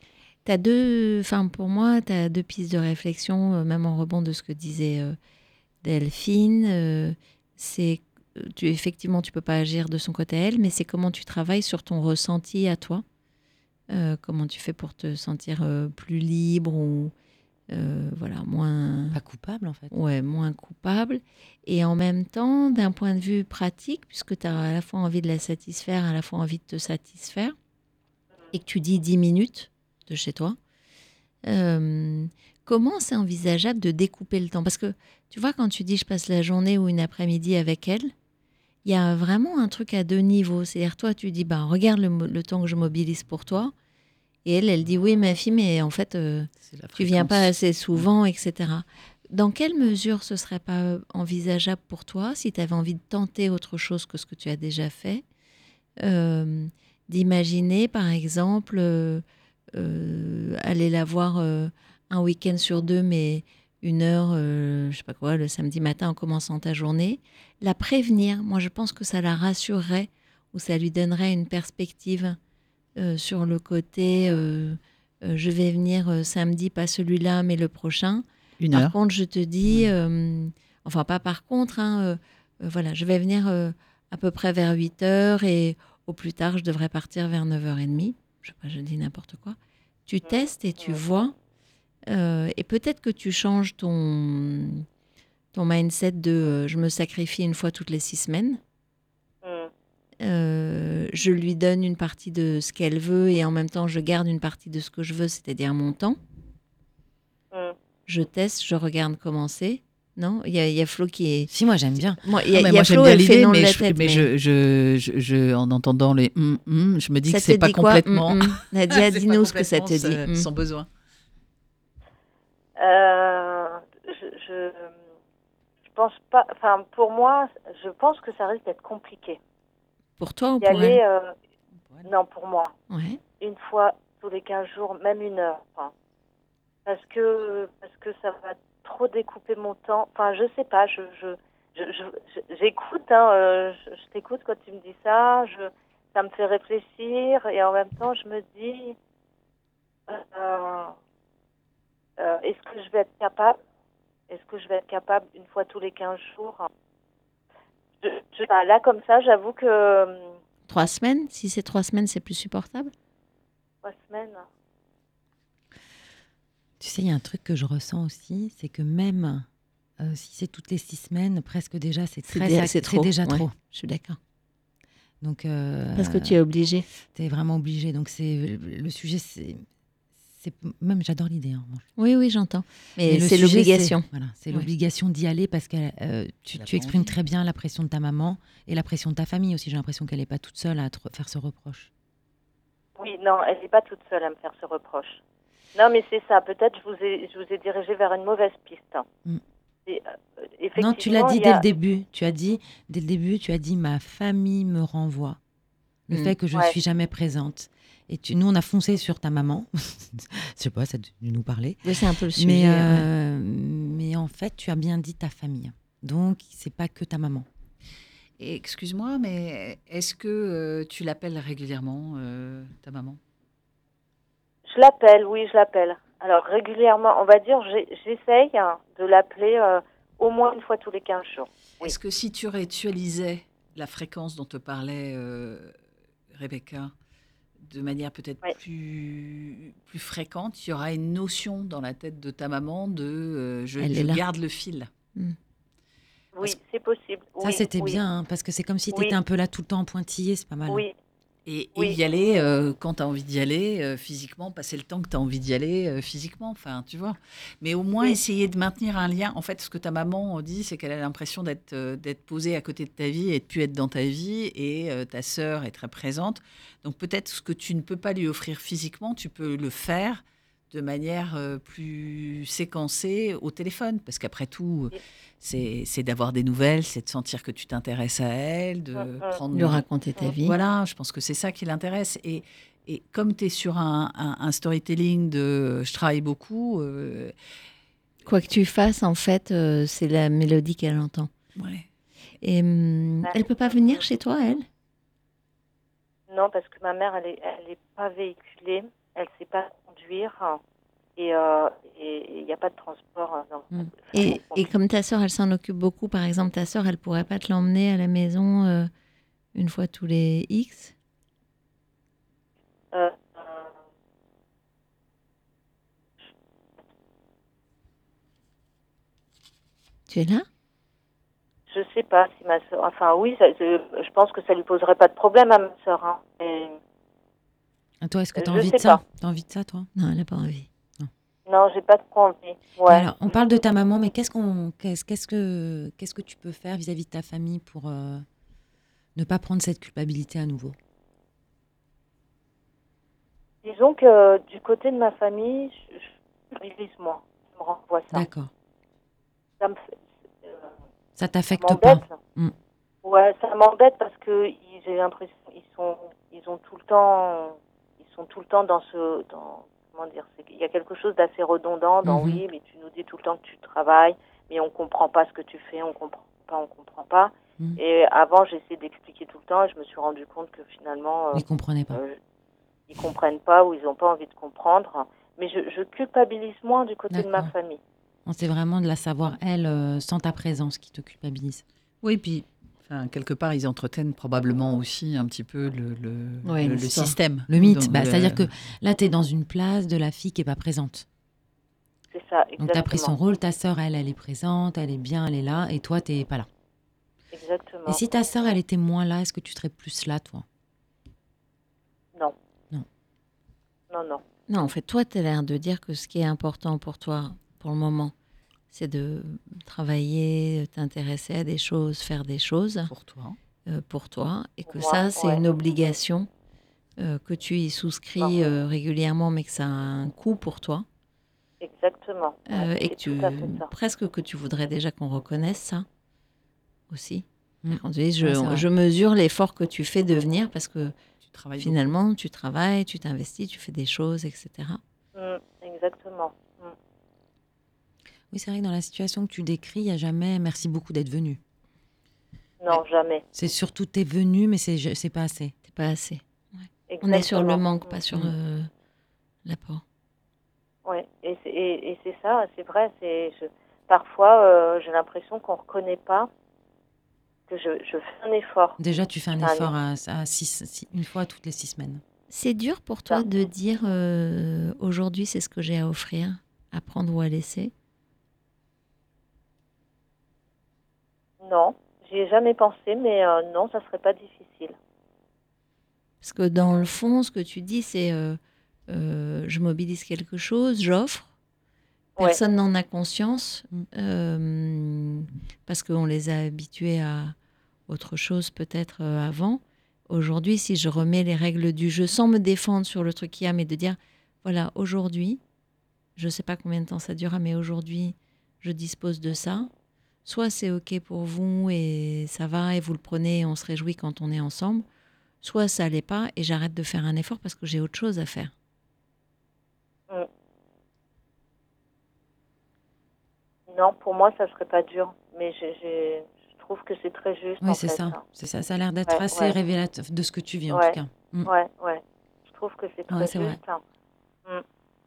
Pour moi, tu as deux pistes de réflexion, même en rebond de ce que disait Delphine. C'est effectivement, tu peux pas agir de son côté à elle, mais c'est comment tu travailles sur ton ressenti à toi. Comment tu fais pour te sentir plus libre ou voilà, moins... Pas coupable, en fait. Ouais, moins coupable. Et en même temps, d'un point de vue pratique, puisque tu as à la fois envie de la satisfaire, à la fois envie de te satisfaire, et que tu dis 10 minutes de chez toi, comment c'est envisageable de découper le temps? Parce que tu vois, quand tu dis je passe la journée ou une après-midi avec elle, il y a vraiment un truc à deux niveaux. C'est-à-dire, toi, tu dis, bah, regarde le temps que je mobilise pour toi. Et elle dit, oui, ma fille, mais en fait, tu viens pas assez souvent, etc. Dans quelle mesure ce serait pas envisageable pour toi, si tu avais envie de tenter autre chose que ce que tu as déjà fait, d'imaginer, par exemple, aller la voir un week-end sur deux, mais 1 heure, je sais pas quoi, le samedi matin en commençant ta journée, la prévenir. Moi, je pense que ça la rassurerait ou ça lui donnerait une perspective sur le côté je vais venir samedi, pas celui-là, mais le prochain. 1 heure. Par contre, je te dis, enfin pas par contre, hein, voilà, je vais venir à peu près vers 8 heures et au plus tard, je devrais partir vers 9h30. Je sais pas, je dis n'importe quoi. Tu testes et tu vois. Et peut-être que tu changes ton mindset de je me sacrifie une fois toutes les 6 semaines. Je lui donne une partie de ce qu'elle veut et en même temps je garde une partie de ce que je veux, c'est-à-dire mon temps. Je teste, je regarde comment c'est. Non, il y a Flo qui est... Si, moi, j'aime bien. Moi, Moi, Flo, j'aime bien elle fait l'idée, non de mais, la je, tête. mais je, en entendant les je me dis Ça que c'est te pas dit quoi complètement. Nadia, c'est dis-nous pas ce que ça te complètement dit. son besoin. Je pense pas. Enfin, pour moi, je pense que ça risque d'être compliqué. Pour toi ou Y pour aller, elle non, pour moi. Ouais. Une fois tous les 15 jours, même 1 heure. Enfin, parce que ça va trop découper mon temps. Enfin, je sais pas. J'écoute. Hein, je t'écoute quand tu me dis ça. Ça me fait réfléchir et en même temps, je me dis, est-ce que je vais être capable? Est-ce que je vais être capable une fois tous les 15 jours? Là, comme ça, j'avoue que 3 semaines? Si c'est 3 semaines, c'est plus supportable? 3 semaines. Tu sais, il y a un truc que je ressens aussi, c'est que même si c'est toutes les 6 semaines, presque déjà, c'est déjà ouais, trop. Je suis d'accord. Donc, Parce que tu es obligé. tu es vraiment obligé. Donc, le sujet, même, j'adore l'idée. Hein, moi. Oui, j'entends. Mais le c'est sujet, l'obligation. C'est Ouais. l'obligation d'y aller parce que tu exprimes envie. très bien la pression de ta maman et la pression de ta famille aussi. J'ai l'impression qu'elle n'est pas toute seule à te faire ce reproche. Oui, non, elle n'est pas toute seule à me faire ce reproche. Non, mais c'est ça. Peut-être je vous ai dirigé vers une mauvaise piste. Et, Non, tu l'as dit dès le début. Tu as dit ma famille me renvoie. Le fait que je ne suis jamais présente. Et nous, on a foncé sur ta maman. Je sais pas, ça a dû nous parler. Oui, c'est un peu le sujet. Mais en fait, tu as bien dit ta famille. Donc, c'est pas que ta maman. Et excuse-moi, mais est-ce que tu l'appelles régulièrement, ta maman? Je l'appelle, oui, je l'appelle. Alors, régulièrement, on va dire, j'essaye de l'appeler au moins une fois tous les 15 jours. Oui. Est-ce que si tu ritualisais la fréquence dont te parlait Rebecca, de manière peut-être plus fréquente, il y aura une notion dans la tête de ta maman de je garde le fil. Oui, c'est possible. Ça, c'était bien, hein, parce que c'est comme si tu étais un peu là tout le temps en pointillé, c'est pas mal. Oui. Et y aller quand tu as envie d'y aller physiquement, passer le temps que tu as envie d'y aller physiquement, enfin, tu vois. Mais au moins essayer de maintenir un lien. En fait, ce que ta maman dit, c'est qu'elle a l'impression d'être posée à côté de ta vie et de plus être dans ta vie. Et ta sœur est très présente. Donc peut-être ce que tu ne peux pas lui offrir physiquement, tu peux le faire de manière plus séquencée au téléphone. Parce qu'après tout, c'est d'avoir des nouvelles, c'est de sentir que tu t'intéresses à elle, de lui raconter ta vie. Voilà, je pense que c'est ça qui l'intéresse. Et comme tu es sur un storytelling de je travaille beaucoup... Quoi que tu fasses, en fait, c'est la mélodie qu'elle entend. Ouais. Et elle peut pas venir chez toi, elle? Non, parce que ma mère, elle est pas véhiculée. Elle sait pas conduire. et il n'y a pas de transport. Et comme ta sœur, elle s'en occupe beaucoup, par exemple, ta sœur, elle pourrait pas te l'emmener à la maison une fois tous les X? Euh, Tu es là? je sais pas si ma sœur... Enfin, oui, je pense que ça lui poserait pas de problème à ma sœur. Hein. Et toi, est-ce que tu as Je envie de sais ça? pas. Tu as envie de ça, toi? Non, elle n'a pas envie. Non, j'ai pas trop envie. Et Ouais. alors, on parle de ta maman, mais qu'est-ce que tu peux faire vis-à-vis de ta famille pour ne pas prendre cette culpabilité à nouveau? Disons que du côté de ma famille, je réalise moins. Je me renvoie ça. D'accord. Ça me fait- Ça ça t'affecte pas? m'embête. Mm. Ouais, ça m'embête parce que j'ai l'impression ils ont tout le temps, ils sont tout le temps comment dire, il y a quelque chose d'assez redondant dans Mhm. oui, mais tu nous dis tout le temps que tu travailles, mais on comprend pas ce que tu fais, on comprend pas. Mhm. Et avant, j'essayais d'expliquer tout le temps et je me suis rendu compte que finalement, Ils comprenaient pas. ils comprennent pas ou ils ont pas envie de comprendre. Mais je culpabilise moins du côté de ma D'accord. famille. C'est vraiment de la savoir, elle, sans ta présence, qui te culpabilise. Oui, puis quelque part, ils entretiennent probablement aussi un petit peu Ouais, le l'histoire. système. Le mythe, Donc, c'est-à-dire que là, tu es dans une place de la fille qui n'est pas présente. C'est ça, exactement. Donc, tu as pris son rôle, ta sœur, elle est présente, elle est bien, elle est là, et toi, tu n'es pas là. Exactement. Et si ta sœur, elle était moins là, est-ce que tu serais plus là, toi? Non. Non. Non, non. Non, en fait, toi, tu as l'air de dire que ce qui est important pour toi, pour le moment, c'est de travailler, t'intéresser à des choses, faire des choses pour toi. et que Moi, ça, c'est ouais. une obligation, que tu y souscris régulièrement, mais que ça a un coût pour toi, Exactement. Ouais, et que c'est tout à fait ça. presque que tu voudrais déjà qu'on reconnaisse ça aussi. Quand tu dis, Ouais, c'est vrai. je mesure l'effort que tu fais de venir parce que Tu travailles finalement, tu travailles, tu t'investis, tu fais des choses, etc. Exactement. Oui, c'est vrai que dans la situation que tu décris, il n'y a jamais merci beaucoup d'être venu. Non, jamais. C'est surtout t'es venu, mais c'est pas assez. C'est pas assez. Exactement. On est sur le manque, pas sur l'apport. Oui, et c'est ça, c'est vrai. Parfois, j'ai l'impression qu'on ne reconnaît pas que je fais un effort. Déjà, tu fais un effort une fois toutes les 6 semaines. C'est dur pour toi de dire aujourd'hui c'est ce que j'ai à offrir, à prendre ou à laisser? Non, j'y ai jamais pensé, mais non, ça serait pas difficile. Parce que dans le fond, ce que tu dis, c'est je mobilise quelque chose, j'offre. Personne n'en a conscience parce qu'on les a habitués à autre chose peut-être avant. Aujourd'hui, si je remets les règles du jeu sans me défendre sur le truc qu'il y a, mais de dire, voilà, aujourd'hui, je ne sais pas combien de temps ça durera, mais aujourd'hui, je dispose de ça. Soit c'est OK pour vous et ça va et vous le prenez et on se réjouit quand on est ensemble. Soit ça l'est pas et j'arrête de faire un effort parce que j'ai autre chose à faire. Non, pour moi, ça serait pas dur, mais je trouve que c'est très juste. Oui, en c'est fait, ça. hein. C'est ça. Ça a l'air d'être assez révélateur de ce que tu vis, en tout cas. Ouais. Je trouve que c'est très c'est juste. vrai. Hein.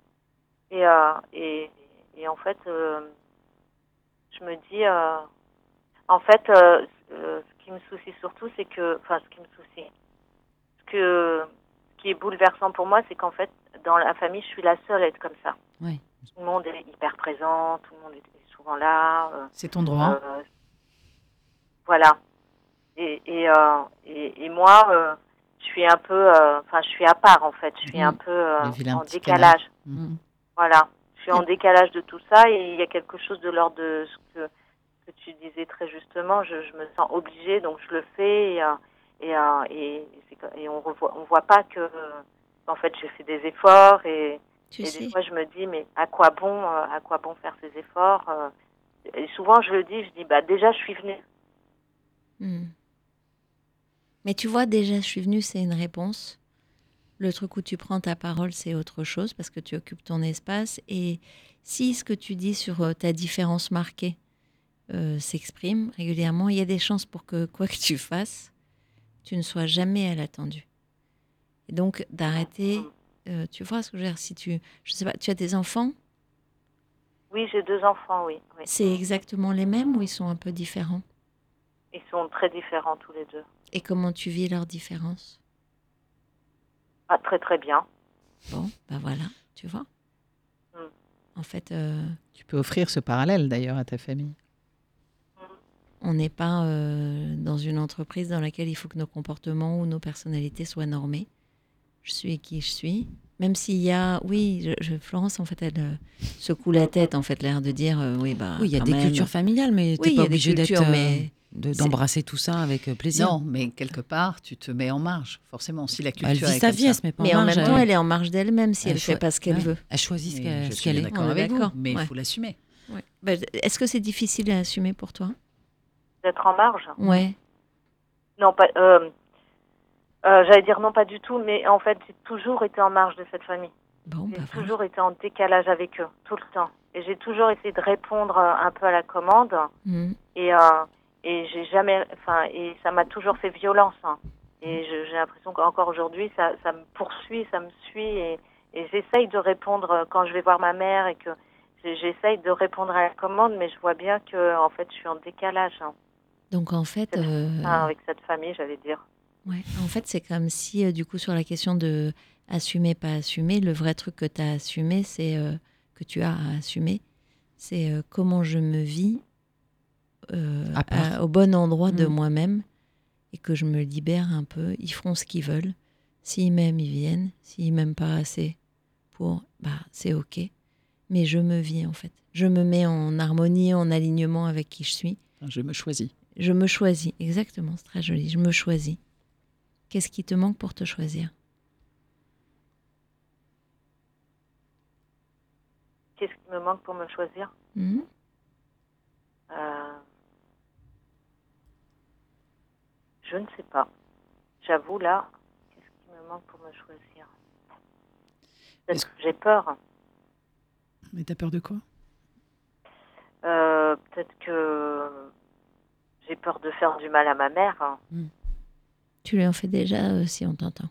Et en fait, je me dis, en fait, ce qui me soucie surtout, c'est que, ce qui est bouleversant pour moi, c'est qu'en fait, dans la famille, je suis la seule à être comme ça. Oui. Tout le monde est hyper présent, tout le monde est souvent là. C'est ton droit. Voilà. Et moi, je suis un peu, je suis à part en fait. Je suis un peu en décalage. Voilà. Je suis en décalage de tout ça et il y a quelque chose de l'ordre de ce que tu disais très justement. Je me sens obligée, donc je le fais et on voit pas que en fait j'ai fait des efforts et des fois je me dis mais à quoi bon faire ces efforts et souvent je le dis, déjà je suis venue. Mais tu vois, déjà je suis venue, c'est une réponse. Le truc où tu prends ta parole, c'est autre chose parce que tu occupes ton espace. Et si ce que tu dis sur ta différence marquée s'exprime régulièrement, il y a des chances pour que, quoi que tu fasses, tu ne sois jamais à l'attendu. Et donc, d'arrêter... tu vois ce que je veux dire? Si je sais pas, tu as des enfants? Oui, j'ai 2 enfants, oui. C'est exactement les mêmes ou ils sont un peu différents? Ils sont très différents tous les 2. Et comment tu vis leurs différences? Ah, très très bien. Bon, ben voilà, tu vois. Mm. En fait, Tu peux offrir ce parallèle d'ailleurs à ta famille. on n'est pas dans une entreprise dans laquelle il faut que nos comportements ou nos personnalités soient normés. Je suis qui je suis. Même s'il y a... Oui, Florence, en fait, elle secoue la tête, en fait, l'air de dire, oui, bah Oui, il y a quand des même. cultures familiales, mais Oui, t'es il y pas a des obligé cultures, mais d'embrasser tout ça avec plaisir. Non, mais quelque part, tu te mets en marge, forcément. Si la culture Elle vit est sa comme vie, ça. elle se met pas Mais en en marge. même temps, elle est en marge d'elle-même si elle ne fait pas ce qu'elle ouais, veut. Elle choisit ce Mais je ce suis qu'elle bien est. d'accord On est avec vous, d'accord, mais il ouais. faut l'assumer. Ouais. Bah, est-ce que c'est difficile à assumer pour toi? D'être en marge? Ouais. Non, pas. J'allais dire non, pas du tout, mais en fait, j'ai toujours été en marge de cette famille. Bon, J'ai bah voilà. toujours été en décalage avec eux, tout le temps. Et j'ai toujours essayé de répondre un peu à la commande. Mhm. Et j'ai jamais. Enfin, et ça m'a toujours fait violence. Hein. Et j'ai l'impression qu'encore aujourd'hui, ça me poursuit, ça me suit. Et j'essaye de répondre quand je vais voir ma mère et que j'essaye de répondre à la commande, mais je vois bien que en fait, je suis en décalage. Hein. Donc, en fait, Avec cette famille, j'allais dire. ouais. En fait, c'est comme si, du coup, sur la question de assumer, pas assumer, le vrai truc que tu as assumé, c'est que tu as à assumer, c'est comment je me vis À part. au bon endroit de Mhm. moi-même et que je me libère un peu. Ils feront ce qu'ils veulent. S'ils m'aiment, ils viennent. S'ils m'aiment pas assez c'est OK. Mais je me vis, en fait. Je me mets en harmonie, en alignement avec qui je suis. Je me choisis. Je me choisis, exactement, c'est très joli. Je me choisis. Qu'est-ce qui te manque pour te choisir? Qu'est-ce qui me manque pour me choisir? Mhm. Je ne sais pas. J'avoue, là, qu'est-ce qui me manque pour me choisir? Peut-être que j'ai peur. Mais t'as peur de quoi? Peut-être que j'ai peur de faire du mal à ma mère. Hein. Tu lui en fais déjà si on t'entend.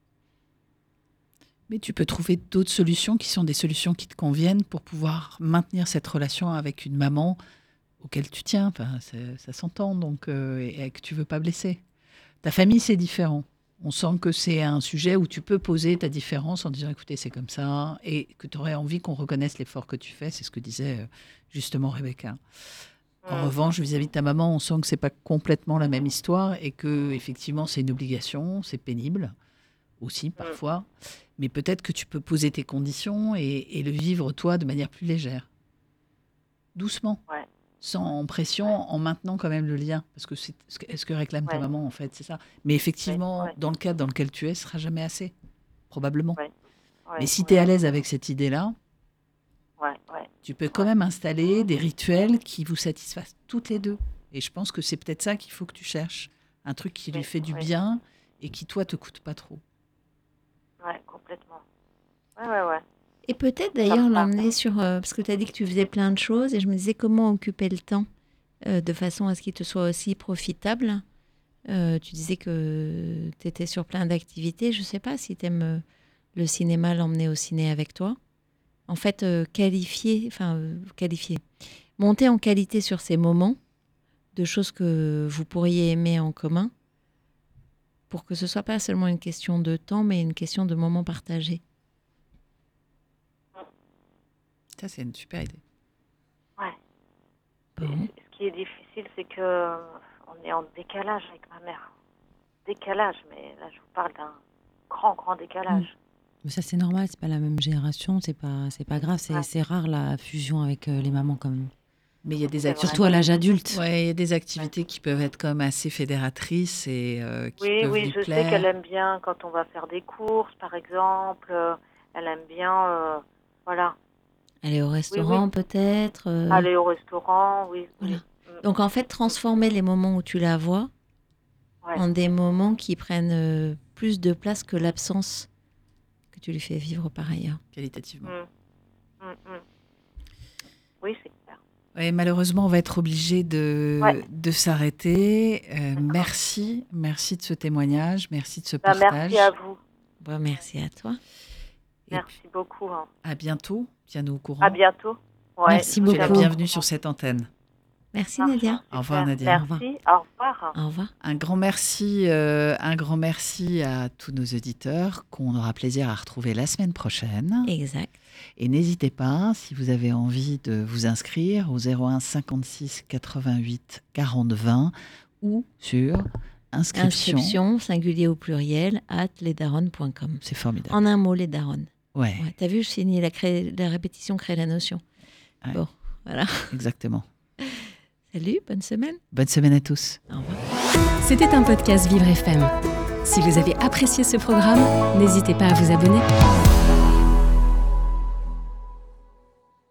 Mais tu peux trouver d'autres solutions qui sont des solutions qui te conviennent pour pouvoir maintenir cette relation avec une maman auquel tu tiens. Enfin, ça s'entend, donc, et que tu veux pas blesser. Ta famille, c'est différent. On sent que c'est un sujet où tu peux poser ta différence en disant, écoutez, c'est comme ça, et que tu aurais envie qu'on reconnaisse l'effort que tu fais. C'est ce que disait justement Rebecca. En revanche, vis-à-vis de ta maman, on sent que c'est pas complètement la même histoire et que effectivement, c'est une obligation, c'est pénible aussi parfois. Mais peut-être que tu peux poser tes conditions et le vivre toi de manière plus légère, doucement. Ouais. Sans pression, en maintenant quand même le lien. Parce que c'est ce que réclame ta maman, en fait, c'est ça. Mais effectivement, dans le cadre dans lequel tu es, ce sera jamais assez, probablement. Mais si tu es à l'aise avec cette idée-là, tu peux quand même installer des rituels qui vous satisfassent toutes les deux. Et je pense que c'est peut-être ça qu'il faut que tu cherches. Un truc qui lui fait du bien et qui, toi, te coûte pas trop. Ouais, complètement. Ouais. Et peut-être d'ailleurs l'emmener sur... parce que tu as dit que tu faisais plein de choses et je me disais comment occuper le temps de façon à ce qu'il te soit aussi profitable. Tu disais que tu étais sur plein d'activités. Je ne sais pas si tu aimes le cinéma, l'emmener au ciné avec toi. En fait, qualifier. Monter en qualité sur ces moments de choses que vous pourriez aimer en commun pour que ce ne soit pas seulement une question de temps, mais une question de moments partagés. Ça, c'est une super idée. Ouais. Bon. Ce qui est difficile, c'est que on est en décalage avec ma mère. Décalage, mais là, je vous parle d'un grand décalage. Mais ça, c'est normal, c'est pas la même génération, c'est pas grave, c'est rare la fusion avec les mamans quand même. Mais il y a des activités, surtout à l'âge adulte. Ouais, il y a des activités qui peuvent être comme assez fédératrices et qui peuvent lui je plaire. sais qu'elle aime bien quand on va faire des courses, par exemple. Elle aime bien, voilà. Aller au restaurant peut-être. Aller au restaurant, oui. Voilà. Donc en fait, transformer les moments où tu la vois en des moments qui prennent plus de place que l'absence que tu lui fais vivre par ailleurs. Qualitativement. Oui, c'est clair. Ouais, malheureusement, on va être obligé de s'arrêter. Merci de ce témoignage, merci de ce partage. Merci à vous. Merci à toi. Merci beaucoup. Hein. À bientôt, tiens-nous au courant. À bientôt. Ouais, Merci Tu es beaucoup. la bienvenue sur cette antenne. Merci Nadia. Au revoir, Nadia. Merci, au revoir. Au revoir. Un grand merci à tous nos auditeurs qu'on aura plaisir à retrouver la semaine prochaine. Exact. Et n'hésitez pas, si vous avez envie de vous inscrire au 01 56 88 40 20 ou sur Inscription, singulier au pluriel, @lesdaronnes.com. C'est formidable. En un mot, les daronnes. Ouais, Ouais, t'as vu, je finis la répétition crée la notion. Ouais. Bon, voilà. exactement. Salut, bonne semaine. Bonne semaine à tous. Au revoir. C'était un podcast Vivre FM. Si vous avez apprécié ce programme, n'hésitez pas à vous abonner.